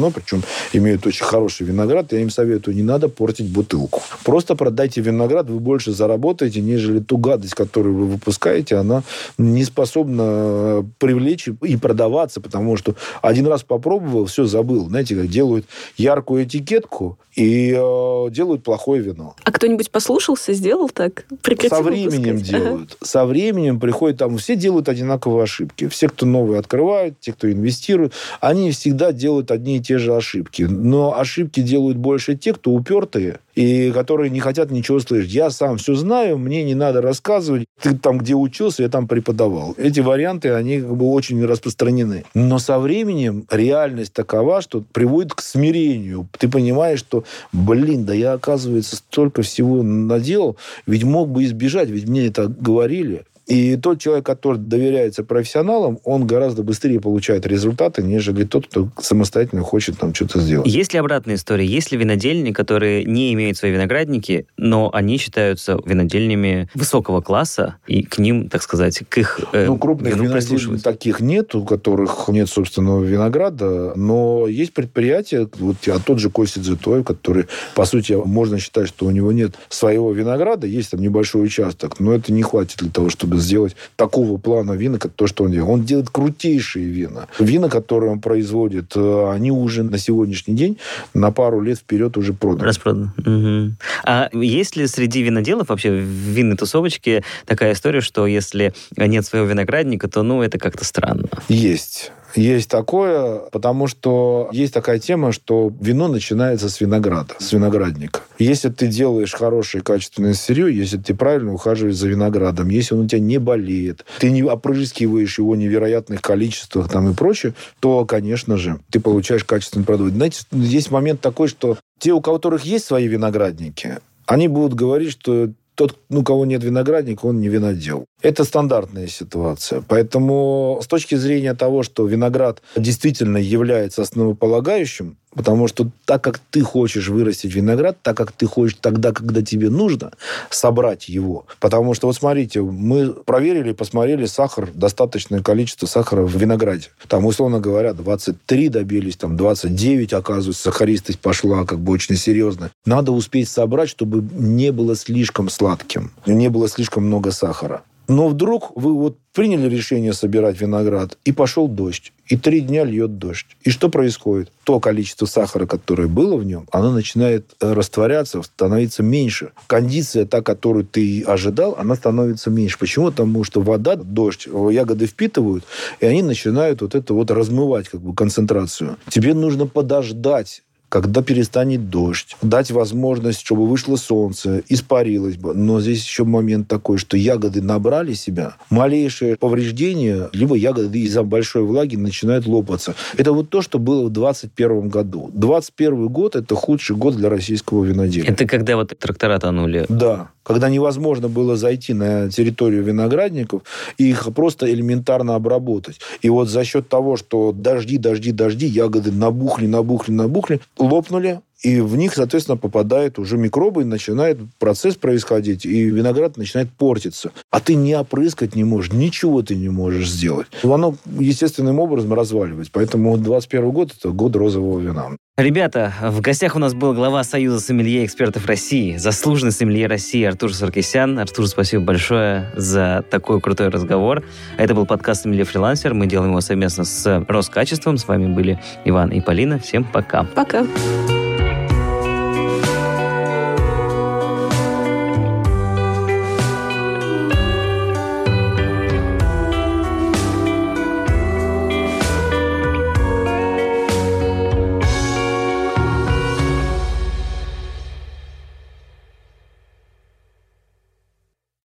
вино, причем имеют очень хороший виноград, я им советую, не надо портить бутылку. Просто продайте виноград, вы больше заработаете, нежели ту гадость, которую вы выпускаете, она не способна привлечь и продаваться, потому что один раз попробовал, все забыл. Знаете, как делают яркую этикетку и э, делают плохое вино. А кто-нибудь послушался, сделал так? Прекратил Со временем выпускать? делают. Ага. Со временем приходят там, все делают одинаковые ошибки. Все, кто новые открывают, те, кто инвестирует, они всегда делают одни и те же ошибки. Но ошибки делают больше те, кто упертые и которые не хотят ничего слышать. Я сам все знаю, мне не надо рассказывать. Ты там, где учился, я там преподавал. Эти варианты, они как бы очень распространены. Но со временем реальность такова, что приводит к смирению. Ты понимаешь, что, блин, да я, оказывается, столько всего наделал, ведь мог бы избежать, ведь мне это говорили. И тот человек, который доверяется профессионалам, он гораздо быстрее получает результаты, нежели тот, кто самостоятельно хочет там что-то сделать. Есть ли обратная история? Есть ли винодельни, которые не имеют свои виноградники, но они считаются винодельнями высокого класса, и к ним, так сказать, к их э, ну, крупных вину винодельни прислушиваются? таких нет, у которых нет собственного винограда, но есть предприятия, вот а тот же Костя Дзитоев, который, по сути, можно считать, что у него нет своего винограда, есть там небольшой участок, но это не хватит для того, чтобы сделать такого плана вина, как то, что он делает. Он делает крутейшие вина. Вина, которые он производит, они уже на сегодняшний день на пару лет вперед уже проданы. Распроданы. Угу. А есть ли среди виноделов вообще в винной тусовочке такая история, что если нет своего виноградника, то, ну, это как-то странно? Есть. Есть такое, потому что есть такая тема, что вино начинается с винограда, с виноградника. Если ты делаешь хорошее качественное сырье, если ты правильно ухаживаешь за виноградом, если он у тебя не болеет, ты не опрыскиваешь его в невероятных количествах там и прочее, то, конечно же, ты получаешь качественный продукт. Знаете, есть момент такой, что те, у которых есть свои виноградники, они будут говорить, что тот, у кого нет виноградника, он не винодел. Это стандартная ситуация. Поэтому с точки зрения того, что виноград действительно является основополагающим, потому что так как ты хочешь вырастить виноград, так как ты хочешь тогда, когда тебе нужно, собрать его. Потому что, вот смотрите, мы проверили, посмотрели сахар, достаточное количество сахара в винограде. Там, условно говоря, двадцать три добились, там двадцать девять, оказывается, сахаристость пошла как бы очень серьезно. Надо успеть собрать, чтобы не было слишком сладким, не было слишком много сахара. Но вдруг вы вот приняли решение собирать виноград, и пошел дождь. И три дня льет дождь. И что происходит? То количество сахара, которое было в нем, оно начинает растворяться, становиться меньше. Кондиция, та, которую ты ожидал, она становится меньше. Почему? Потому что вода, дождь, ягоды впитывают, и они начинают вот это вот размывать как бы концентрацию. Тебе нужно подождать, когда перестанет дождь, дать возможность, чтобы вышло солнце, испарилось бы. Но здесь еще момент такой, что ягоды набрали себя, малейшее повреждение, либо ягоды из-за большой влаги начинают лопаться. Это вот то, что было в двадцать первом году. двадцать первый год – это худший год для российского виноделия. Это когда вот трактора тонули? Да. Когда невозможно было зайти на территорию виноградников и их просто элементарно обработать. И вот за счет того, что дожди, дожди, дожди, ягоды набухли, набухли, набухли, лопнули, и в них, соответственно, попадают уже микробы, и начинает процесс происходить, и виноград начинает портиться. А ты не опрыскать не можешь, ничего ты не можешь сделать. Оно естественным образом разваливается. Поэтому двадцать первый год – это год розового вина. Ребята, в гостях у нас был глава Союза сомелье экспертов России, заслуженный сомелье России Артур Саркисян. Артур, спасибо большое за такой крутой разговор. Это был подкаст «Сомелье Фрилансер». Мы делаем его совместно с Роскачеством. С вами были Иван и Полина. Всем пока. Пока.